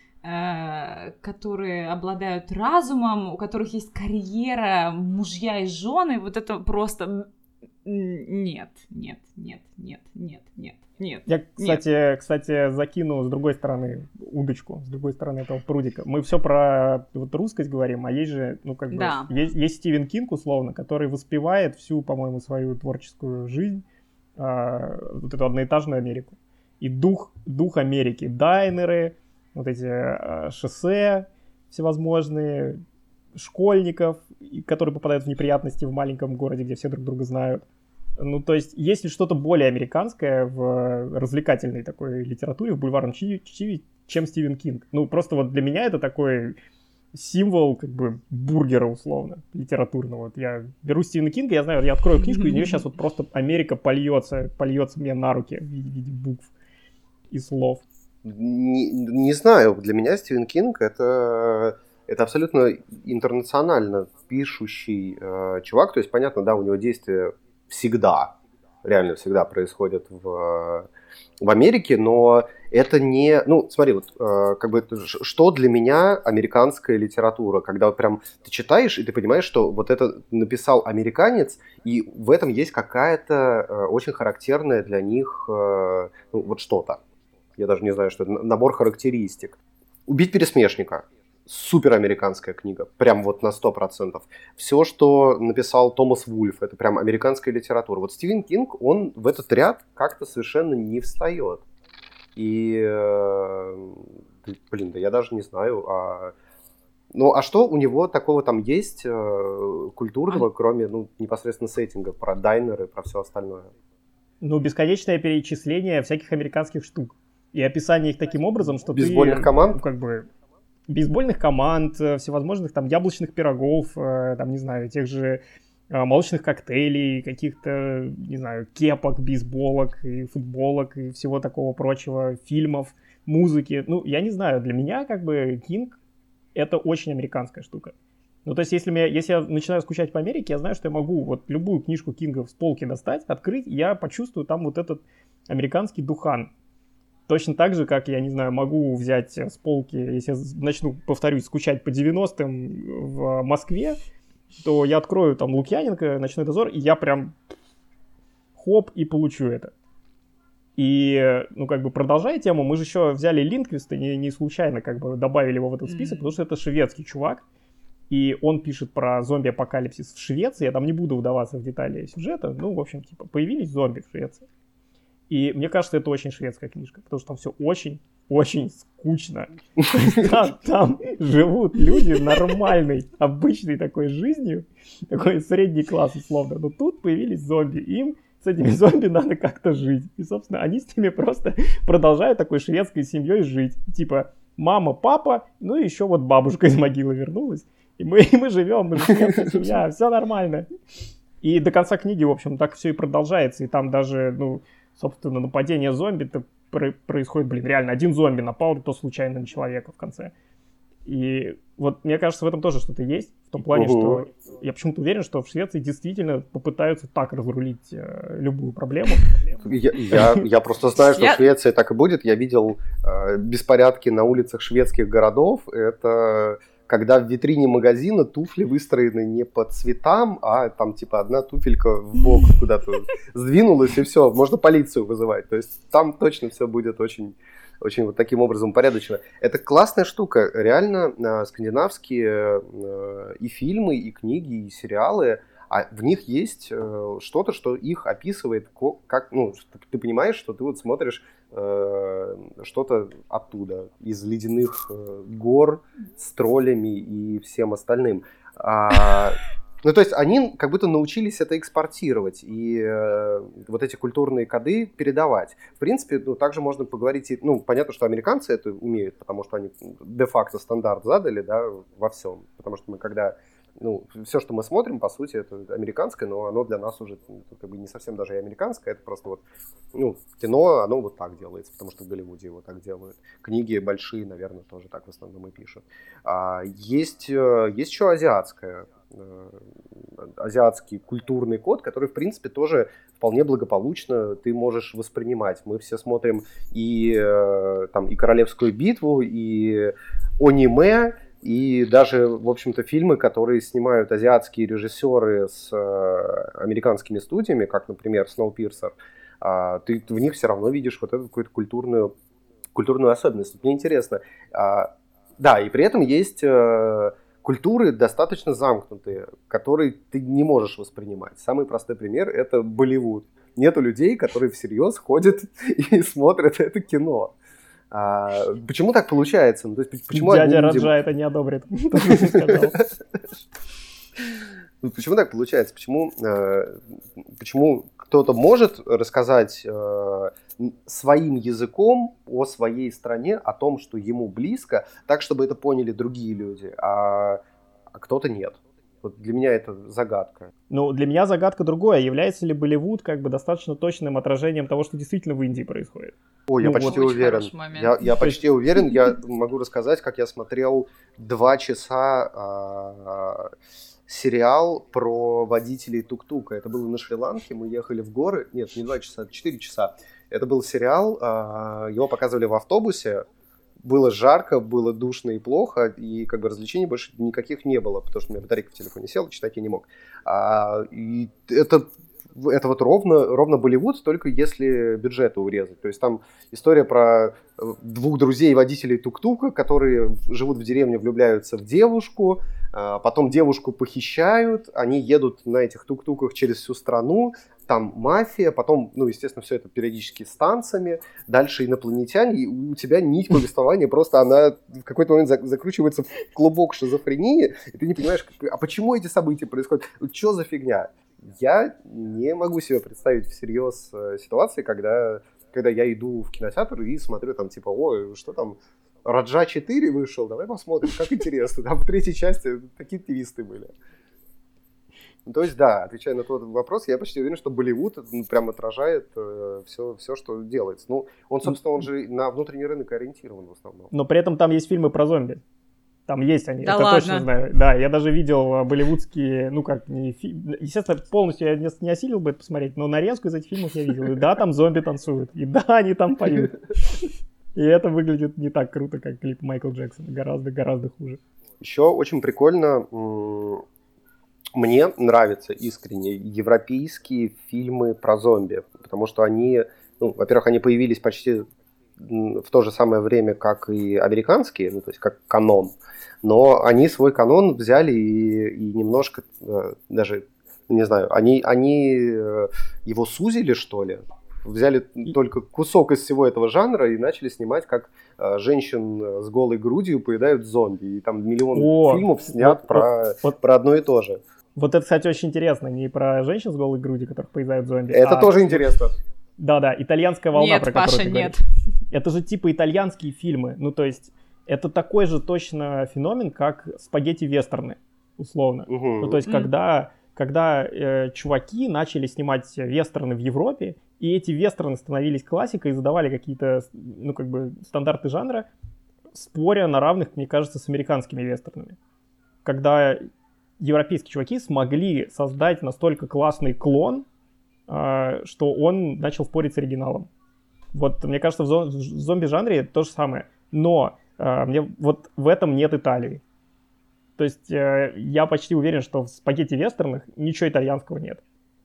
э, которые обладают разумом, у которых есть карьера, мужья и жены. Вот это просто нет, нет, нет, нет, нет, нет. Нет. Я, кстати, нет. кстати, закину с другой стороны удочку, с другой стороны этого прудика. Мы все про вот русскость говорим, а есть же, ну, как бы, да. есть, есть Стивен Кинг, условно, который воспевает всю, по-моему, свою творческую жизнь, э, вот эту одноэтажную Америку. И дух, дух Америки, дайнеры, вот эти э, шоссе всевозможные, школьников, которые попадают в неприятности в маленьком городе, где все друг друга знают. Ну, то есть, есть ли что-то более американское в развлекательной такой литературе, в бульварном чтиве, чем Стивен Кинг? Ну, просто вот для меня это такой символ, как бы, бургера, условно, литературного. Вот я беру Стивена Кинга, я знаю, я открою книжку, и из нее сейчас вот просто Америка польется, польется мне на руки в виде, в виде букв и слов. Не, не знаю, для меня Стивен Кинг это... Это абсолютно интернационально пишущий э, чувак. То есть, понятно, да, у него действия всегда, реально всегда происходят в, в Америке, но это не... Ну, смотри, вот э, как бы, что для меня американская литература, когда вот прям ты читаешь, и ты понимаешь, что вот это написал американец, и в этом есть какая-то э, очень характерная для них э, ну, вот что-то. Я даже не знаю, что это, набор характеристик. «Убить пересмешника». Суперамериканская книга, прям вот на сто процентов. Все, что написал Томас Вульф, это прям американская литература. Вот Стивен Кинг, он в этот ряд как-то совершенно не встает. И, блин, да я даже не знаю, а... Ну, а что у него такого там есть культурного, кроме, ну, непосредственно сеттинга, про дайнеры, про все остальное? Ну, бесконечное перечисление всяких американских штук. И описание их таким образом, что Бейсбольных ты... команд? Как бы... бейсбольных команд, всевозможных там яблочных пирогов, там, не знаю, тех же молочных коктейлей, каких-то, не знаю, кепок, бейсболок и футболок и всего такого прочего, фильмов, музыки. Ну, я не знаю, для меня как бы Кинг — это очень американская штука. Ну, то есть, если, меня, если я начинаю скучать по Америке, я знаю, что я могу вот любую книжку Кинга с полки достать, открыть, и я почувствую там вот этот американский духан. Точно так же, как я, не знаю, могу взять с полки, если я начну, повторюсь, скучать по девяностым в Москве, то я открою там Лукьяненко, «Ночной дозор», и я прям хоп, и получу это. И, ну, как бы, продолжая тему, мы же еще взяли Линдквиста, не, не случайно, как бы, добавили его в этот список, mm-hmm. потому что это шведский чувак, и он пишет про зомби-апокалипсис в Швеции. Я там не буду вдаваться в детали сюжета, ну, в общем, типа, появились зомби в Швеции. И мне кажется, это очень шведская книжка, потому что там все очень-очень скучно. Там, там живут люди нормальной, обычной такой жизнью, такой средний класс условно. Но тут появились зомби, им с этими зомби надо как-то жить. И, собственно, они с ними просто продолжают такой шведской семьей жить. Типа мама, папа, ну и еще вот бабушка из могилы вернулась. И мы, и мы живем, мы же шведская семья, все нормально. И до конца книги, в общем, так все и продолжается. И там даже, ну... собственно, нападение зомби-то происходит, блин, реально, один зомби напал, то случайно на человека в конце. И вот мне кажется, в этом тоже что-то есть, в том плане, угу. что я почему-то уверен, что в Швеции действительно попытаются так разрулить э, любую проблему. Я, я, я просто знаю, что в Швеции так и будет. Я видел э, беспорядки на улицах шведских городов. Это... когда в витрине магазина туфли выстроены не по цветам, а там типа одна туфелька в бок куда-то сдвинулась, и все, можно полицию вызывать. То есть там точно все будет очень, очень вот таким образом порядочно. Это классная штука. Реально скандинавские и фильмы, и книги, и сериалы, а в них есть что-то, что их описывает, как, ну, ты понимаешь, что ты вот смотришь э, что-то оттуда, из ледяных э, гор с троллями и всем остальным. А, ну, то есть они как будто научились это экспортировать и э, вот эти культурные коды передавать. В принципе, ну, также можно поговорить, и, ну, понятно, что американцы это умеют, потому что они де-факто стандарт задали, да, во всем. Потому что мы, когда ну, все, что мы смотрим, по сути, это американское, но оно для нас уже ну, как бы не совсем даже и американское, это просто вот, ну, кино, оно вот так делается, потому что в Голливуде его так делают. Книги большие, наверное, тоже так в основном и пишут. А, есть, есть еще азиатское, азиатский культурный код, который, в принципе, тоже вполне благополучно ты можешь воспринимать. Мы все смотрим и, там, и «Королевскую битву», и аниме, и даже, в общем-то, фильмы, которые снимают азиатские режиссеры с э, американскими студиями, как, например, «Сноупирсер», э, ты в них все равно видишь вот эту какую-то культурную, культурную особенность. Мне интересно. Э, да, и при этом есть э, культуры достаточно замкнутые, которые ты не можешь воспринимать. Самый простой пример – это Болливуд. Нету людей, которые всерьез ходят и смотрят это кино. А, почему так получается? Ну, то есть, почему Дядя Раджа люди... это не одобрит. Почему так получается? Почему, э, почему кто-то может рассказать э, своим языком о своей стране, о том, что ему близко, так, чтобы это поняли другие люди, а, а кто-то нет? Вот для меня это загадка. Ну, для меня загадка другое. Является ли Болливуд как бы достаточно точным отражением того, что действительно в Индии происходит? Ой, я ну, почти вот уверен. Я, я почти уверен. Я могу рассказать, как я смотрел два часа а, сериал про водителей тук-тука. Это было на Шри-Ланке. Мы ехали в горы. Нет, не два часа, а четыре часа. Это был сериал. А, его показывали в автобусе. Было жарко, было душно и плохо, и как бы развлечений больше никаких не было, потому что у меня батарейка в телефоне села, читать я не мог. А, и это, это вот ровно, ровно Болливуд, только если бюджеты урезать. То есть там история про двух друзей-водителей тук-тука, которые живут в деревне, влюбляются в девушку, а потом девушку похищают, они едут на этих тук-туках через всю страну, там мафия, потом, ну, естественно, все это периодически с танцами, дальше инопланетяне, и у тебя нить повествования просто, она в какой-то момент закручивается в клубок шизофрении, и ты не понимаешь, как, а почему эти события происходят, что за фигня? Я не могу себе представить всерьез ситуации, когда, когда я иду в кинотеатр и смотрю там, типа, ой, что там, Раджа четыре вышел, давай посмотрим, как интересно, там в третьей части такие твисты были. То есть, да, отвечая на тот вопрос, я почти уверен, что Болливуд ну, прям отражает э, все, все, что делается. Ну, он, собственно, он же на внутренний рынок ориентирован в основном. Но при этом там есть фильмы про зомби. Там есть они, да это ладно? Точно знаю. Да, я даже видел болливудские, ну как, не фи... естественно, полностью я не, не осилил бы это посмотреть, но нарезку из этих фильмов я видел. И да, там зомби танцуют, и да, они там поют. И это выглядит не так круто, как клип Майкла Джексона, гораздо-гораздо хуже. Еще очень прикольно... М- Мне нравятся искренне европейские фильмы про зомби, потому что они, ну, во-первых, они появились почти в то же самое время, как и американские, ну, то есть как канон, но они свой канон взяли и, и немножко даже, не знаю, они, они его сузили, что ли, взяли только кусок из всего этого жанра и начали снимать, как женщин с голой грудью поедают зомби, и там миллион О, фильмов снят вот, про, вот, про одно и то же. Вот это, кстати, очень интересно. Не про женщин с голой грудью, которых поедают зомби. Это а... тоже интересно. Да-да, итальянская волна, нет, про Паша, которую ты нет. говоришь. Это же типа итальянские фильмы. Ну, то есть, это такой же точно феномен, как спагетти-вестерны, условно. Угу. Ну, то есть, mm. когда, когда э, чуваки начали снимать вестерны в Европе, и эти вестерны становились классикой и задавали какие-то, ну, как бы, стандарты жанра, споря на равных, мне кажется, с американскими вестернами. Когда... европейские чуваки смогли создать настолько классный клон, что он начал спорить с оригиналом. Вот, мне кажется, в зомби-жанре то же самое. Но мне вот в этом нет Италии. То есть я почти уверен, что в спагетти-вестернах ничего итальянского нет.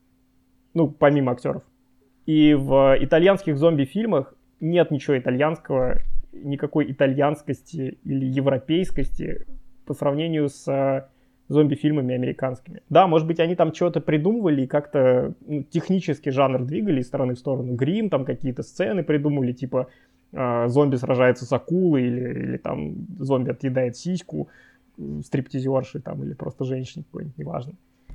Ну, помимо актеров. И в итальянских зомби-фильмах нет ничего итальянского, никакой итальянскости или европейскости по сравнению с зомби-фильмами американскими. Да, может быть, они там что-то придумывали и как-то ну, технически жанр двигали из стороны в сторону. Грим, там какие-то сцены придумали, типа э, зомби сражается с акулой или, или там зомби отъедает сиську стриптизерши там, или просто женщине какой-нибудь, неважно.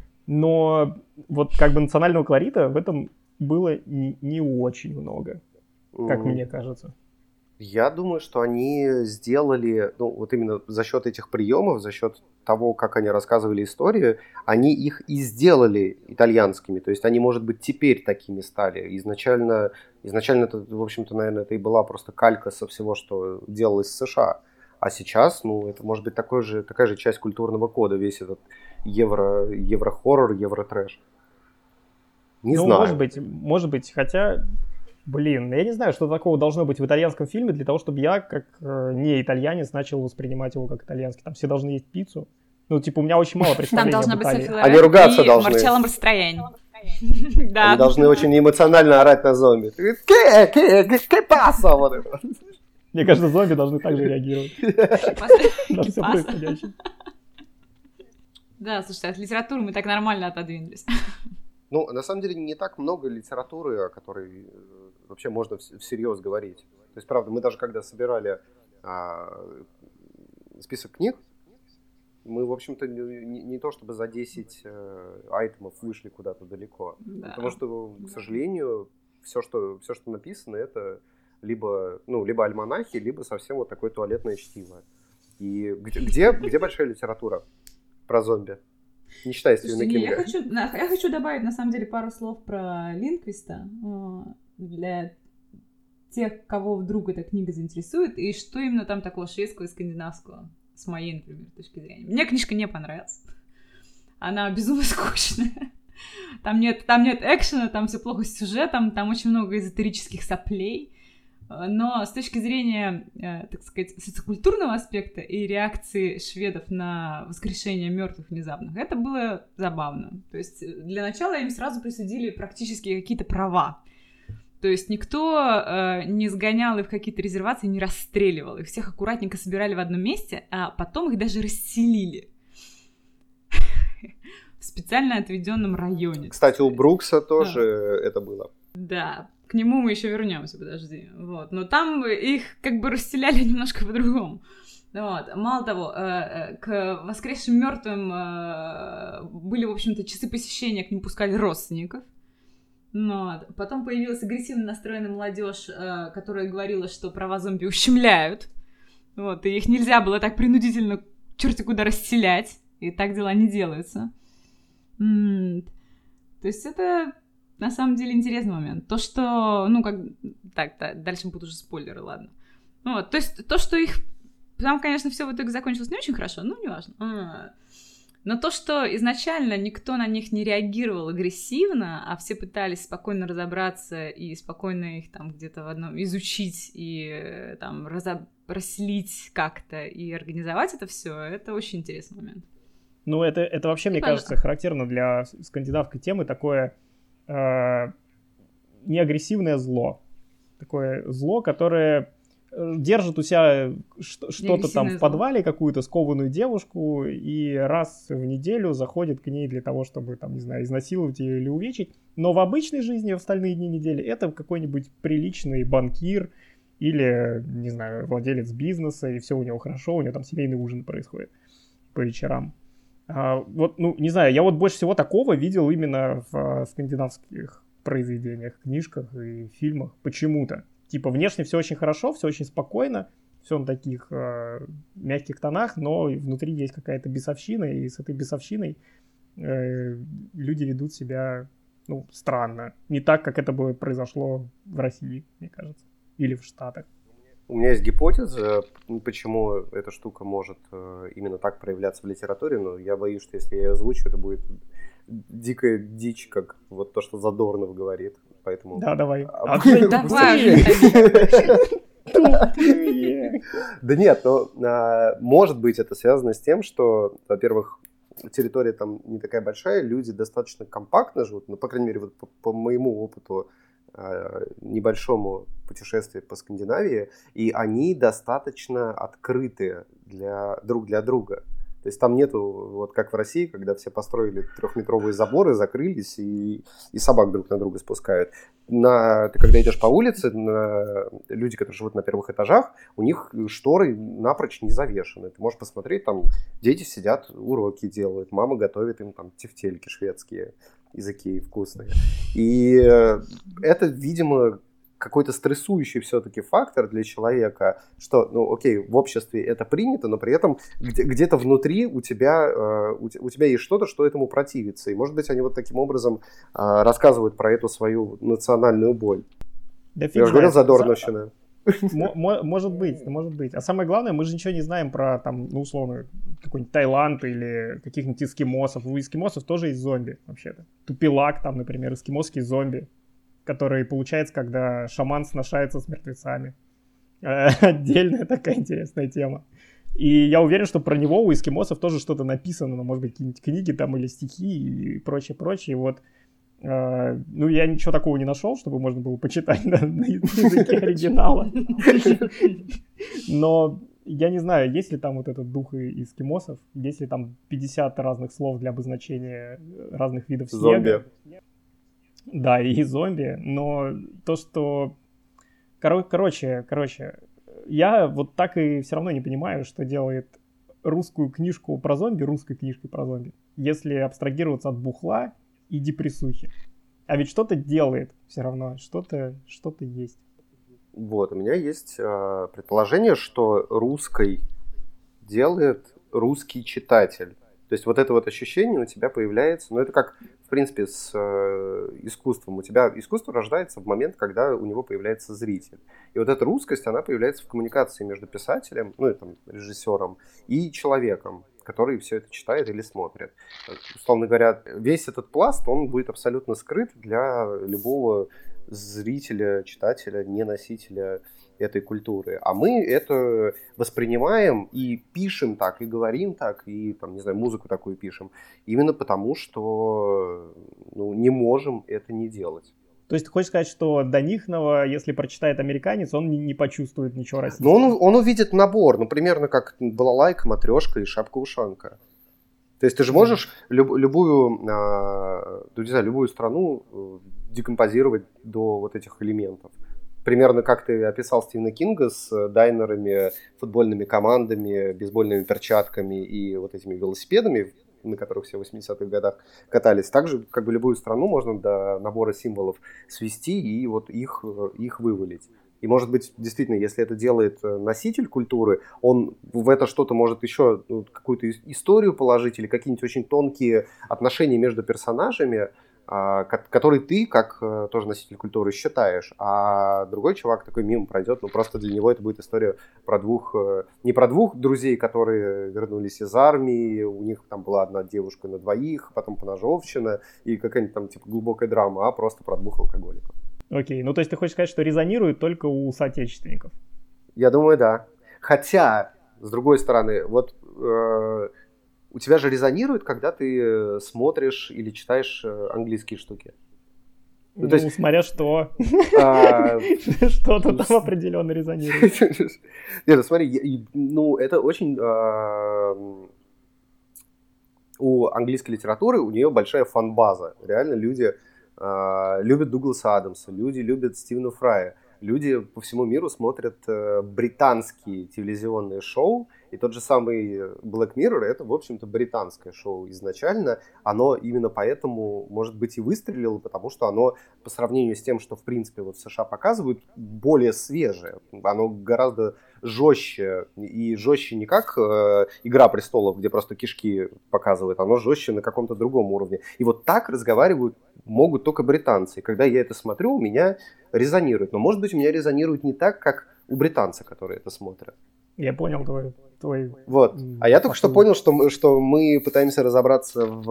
Но вот как бы национального колорита в этом было не, не очень много, как mm. мне кажется. Я думаю, что они сделали, ну вот именно за счет этих приемов, за счет того, как они рассказывали истории, они их и сделали итальянскими. То есть они, может быть, теперь такими стали. Изначально, изначально это, в общем-то, наверное, это и была просто калька со всего, что делалось в США. А сейчас, ну, это может быть такой же, такая же часть культурного кода, весь этот евро, евро-хоррор, евро-трэш. Не ну, знаю. может быть, может быть, хотя, блин, я не знаю, что такого должно быть в итальянском фильме для того, чтобы я, как э, не итальянец, начал воспринимать его как итальянский. Там все должны есть пиццу. Ну, типа, у меня очень мало представлений Там должна об быть Италии. Софи Они ругаться и должны. Марчелло Мастроянни. Они должны очень эмоционально орать на зомби. Ке, ке, ке паса! Вот это. Мне кажется, зомби должны так же реагировать на все Кипаса. происходящее. Да, слушайте, от литературы мы так нормально отодвинулись. Ну, на самом деле, не так много литературы, о которой э, вообще можно вс- всерьез говорить. То есть, правда, мы даже когда собирали а, список книг, мы, в общем-то, не, не- не то чтобы за десять э, айтемов вышли куда-то далеко. Да. Потому что, к сожалению, все, что, все, что написано, это либо, ну, либо альманахи, либо совсем вот такое туалетное чтиво. И где, где, где большая литература про зомби? Не считая Стивена Слушайте, не, я, Кинга. хочу, на- я хочу добавить, на самом деле, пару слов про Линквиста э, для тех, кого вдруг эта книга заинтересует, и что именно там такого шведского и скандинавского, с моей, например, точки зрения. Мне книжка не понравилась. Она безумно скучная. Там нет, там нет экшена, там все плохо с сюжетом, там очень много эзотерических соплей. Но с точки зрения, э, так сказать, социокультурного аспекта и реакции шведов на воскрешение мертвых внезапных, это было забавно. То есть для начала им сразу присудили практически какие-то права. То есть никто э, не сгонял их в какие-то резервации, не расстреливал. Их всех аккуратненько собирали в одном месте, а потом их даже расселили в специально отведенном районе. Кстати, у Брукса тоже это было. Да, к нему мы еще вернемся, подожди. Вот. Но там их как бы расселяли немножко по-другому. Вот. Мало того, к воскресшим мертвым были, в общем-то, часы посещения, к ним пускали родственников. Вот. Потом появилась агрессивно настроенная молодежь, которая говорила, что права зомби ущемляют. Вот. И их нельзя было так принудительно черти куда расселять. И так дела не делаются. М-м. То есть это... На самом деле интересный момент. То, что, ну, как... Так, так, дальше будут уже спойлеры, ладно. Ну, вот, то есть то, что их... Там, конечно, все в итоге закончилось не очень хорошо, но неважно. А-а-а. Но то, что изначально никто на них не реагировал агрессивно, а все пытались спокойно разобраться и спокойно их там где-то в одном изучить и там разоб... расселить как-то и организовать это все, это очень интересный момент. Ну, это, это вообще, мне Понятно. кажется, характерно для скандинавской темы, такое э, неагрессивное зло. Такое зло, которое держит у себя что- что-то там в зло. подвале, какую-то скованную девушку, и раз в неделю заходит к ней для того, чтобы, там, не знаю, изнасиловать ее или увечить. Но в обычной жизни, в остальные дни недели, это какой-нибудь приличный банкир или, не знаю, владелец бизнеса, и все у него хорошо, у него там семейный ужин происходит по вечерам. А, вот, ну, не знаю, я вот больше всего такого видел именно в а, скандинавских произведениях, книжках и фильмах почему-то. Типа, внешне все очень хорошо, все очень спокойно, все на таких э, мягких тонах, но внутри есть какая-то бесовщина, и с этой бесовщиной э, люди ведут себя, ну, странно. Не так, как это бы произошло в России, мне кажется, или в Штатах. У меня есть гипотеза, почему эта штука может именно так проявляться в литературе, но я боюсь, что если я ее озвучу, это будет дикая дичь, как вот то, что Задорнов говорит. Поэтому... Да, давай. А, Отжень, Давай, быстрее! Да нет, но а, может быть это связано с тем, что, во-первых, территория там не такая большая, люди достаточно компактно живут, ну, по крайней мере, вот по, по моему опыту а, небольшому путешествию по Скандинавии, и они достаточно открыты для, друг для друга. То есть там нету, вот как в России, когда все построили трехметровые заборы, закрылись и, и собак друг на друга спускают. На, ты когда идешь по улице, на, люди, которые живут на первых этажах, у них шторы напрочь не завешены. Ты можешь посмотреть, там дети сидят, уроки делают, мама готовит им там тефтельки шведские из Икеи вкусные. И это, видимо, какой-то стрессующий все-таки фактор для человека, что, ну, окей, в обществе это принято, но при этом где- где-то внутри у тебя, э, у, те- у тебя есть что-то, что этому противится. И, может быть, они вот таким образом э, рассказывают про эту свою национальную боль. Да фиг Я же говорил, знает. задорновщина. Мо- мо- Может быть, может быть. А самое главное, мы же ничего не знаем про, там, ну, условно, какой-нибудь Таиланд или каких-нибудь эскимосов. У эскимосов тоже есть зомби, вообще-то. Тупилак, там, например, эскимосский зомби, который получается, когда шаман сношается с мертвецами. Э, Отдельная такая интересная тема. И я уверен, что про него у эскимосов тоже что-то написано, ну, может быть, какие-нибудь книги там или стихи и прочее, прочее. Вот. Uh, ну, я ничего такого не нашел, чтобы можно было почитать на, на языке оригинала. Но я не знаю, есть ли там вот этот дух эскимосов, есть ли там пятьдесят разных слов для обозначения разных видов снега. Зомби. Да, и зомби. Но то, что... Кор- короче, короче, я вот так и все равно не понимаю, что делает русскую книжку про зомби русской книжкой про зомби, если абстрагироваться от бухла и депрессухи. А ведь что-то делает все равно, что-то, что-то есть. Вот, у меня есть э, предположение, что русской делает русский читатель. То есть вот это вот ощущение у тебя появляется, ну это как, в принципе, с э, искусством. У тебя искусство рождается в момент, когда у него появляется зритель. И вот эта русскость, она появляется в коммуникации между писателем, ну и там режиссером, и человеком, который все это читает или смотрит. Условно говоря, весь этот пласт, он будет абсолютно скрыт для любого зрителя, читателя, не носителя этой культуры. А мы это воспринимаем и пишем так, и говорим так, и, там, не знаю, музыку такую пишем, именно потому, что ну, не можем это не делать. То есть ты хочешь сказать, что Данихнова, если прочитает американец, он не, не почувствует ничего российского? Но он, он увидит набор, ну, примерно как балалайка, матрешка и шапка-ушанка. То есть ты же можешь люб, любую, э, ну, не знаю, любую страну декомпозировать до вот этих элементов. Примерно как ты описал Стивена Кинга с дайнерами, футбольными командами, бейсбольными перчатками и вот этими велосипедами, на которых все в восьмидесятых годах катались. Также как бы любую страну можно до набора символов свести и вот их, их вывалить. И может быть, действительно, если это делает носитель культуры, он в это что-то может еще ну, какую-то историю положить или какие-нибудь очень тонкие отношения между персонажами, который ты, как тоже носитель культуры, считаешь, а другой чувак такой мимо пройдет, ну просто для него это будет история про двух, не про двух друзей, которые вернулись из армии, у них там была одна девушка на двоих, потом поножовщина и какая-нибудь там типа глубокая драма, а просто про двух алкоголиков. Окей, ну то есть ты хочешь сказать, что резонирует только у соотечественников? Я думаю, да. Хотя, с другой стороны, вот... Э- У тебя же резонирует, когда ты смотришь или читаешь английские штуки. Ну, ну то есть, смотря что. А... Что-то там определенно резонирует. Нет, смотри, ну, это очень... У английской литературы, у нее большая фан-база. Реально люди любят Дугласа Адамса, люди любят Стивена Фрая. Люди по всему миру смотрят британские телевизионные шоу, и тот же самый Black Mirror, это, в общем-то, британское шоу изначально. Оно именно поэтому, может быть, и выстрелило, потому что оно, по сравнению с тем, что, в принципе, вот в США показывают, более свежее. Оно гораздо жестче, и жестче не как э, «Игра престолов», где просто кишки показывают, оно жестче на каком-то другом уровне. И вот так разговаривают могут только британцы. И когда я это смотрю, у меня резонирует. Но, может быть, у меня резонирует не так, как у британца, которые это смотрят. Я понял твой... твой вот. А я только что понял, что мы, что мы пытаемся разобраться в,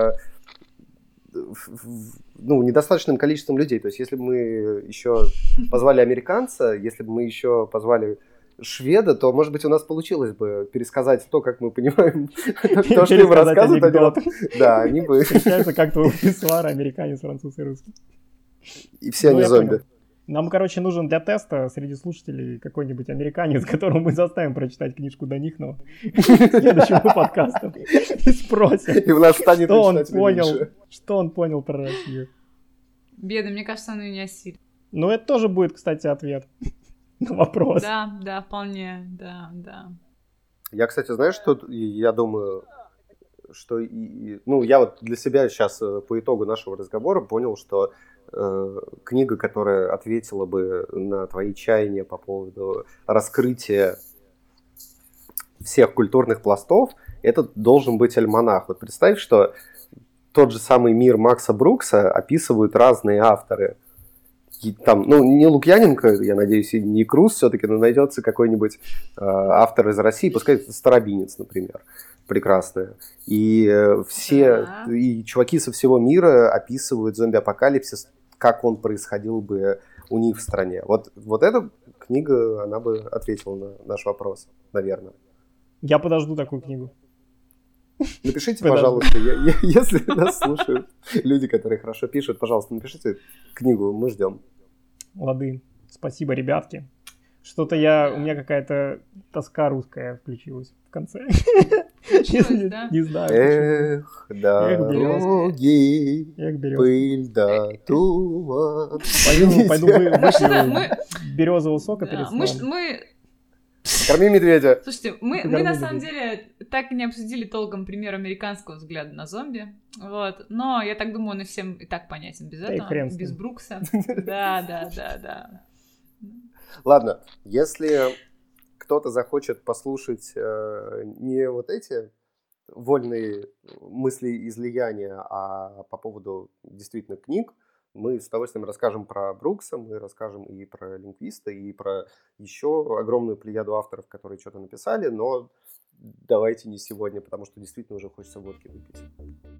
в, в ну, недостаточным количеством людей. То есть, если бы мы еще позвали американца, если бы мы еще позвали шведа, то, может быть, у нас получилось бы пересказать то, как мы понимаем, то, что им рассказывают. Да, они бы... Встречаются как-то у писсуара американец, француз и русский. И все они зомби. Нам, короче, нужен для теста среди слушателей какой-нибудь американец, которому мы заставим прочитать книжку Данихнова следующему подкасту и спросим, и в нас станет что он понял, что он понял про Россию. Бедный, мне кажется, он ее не осилит. Ну, это тоже будет, кстати, ответ на вопрос. Да, да, вполне, да, да. Я, кстати, знаешь, что я думаю, что, и, ну, я вот для себя сейчас по итогу нашего разговора понял, что э, книга, которая ответила бы на твои чаяния по поводу раскрытия всех культурных пластов, это должен быть альманах. Вот представь, что тот же самый мир Макса Брукса описывают разные авторы. И там, ну, не Лукьяненко, я надеюсь, и не Круз все-таки, но найдется какой-нибудь э, автор из России, пускай это Старобинец, например, прекрасная. И э, все, Да. и чуваки со всего мира описывают зомби-апокалипсис, как он происходил бы у них в стране. Вот, вот эта книга, она бы ответила на наш вопрос, наверное. Я подожду такую книгу. Напишите, Подожди. пожалуйста, я- я- если нас слушают люди, которые хорошо пишут, пожалуйста, напишите книгу, мы ждем. Лады. Спасибо, ребятки. Что-то я... У меня какая-то тоска русская включилась в конце. Включилась, Не- да? Не знаю. почему. Эх, дороги, Эх, березка. пыль да туман. Пойду, пойду вы- Мы что-то- выпью мы- березового сока перед Да, мы, ж- сном. мы, Корми медведя. слушайте, мы, Покорми мы на медведя. самом деле так и не обсудили толком пример американского взгляда на зомби, вот, но я так думаю, он и всем и так понятен без Да и этого, хрен с без ним. Брукса. Да, да, да, да. Ладно, если кто-то захочет послушать э, не вот эти вольные мысли излияния, а по поводу действительно книг, мы с удовольствием расскажем про Брукса, мы расскажем и про лингвиста, и про еще огромную плеяду авторов, которые что-то написали, но давайте не сегодня, потому что действительно уже хочется водки выпить.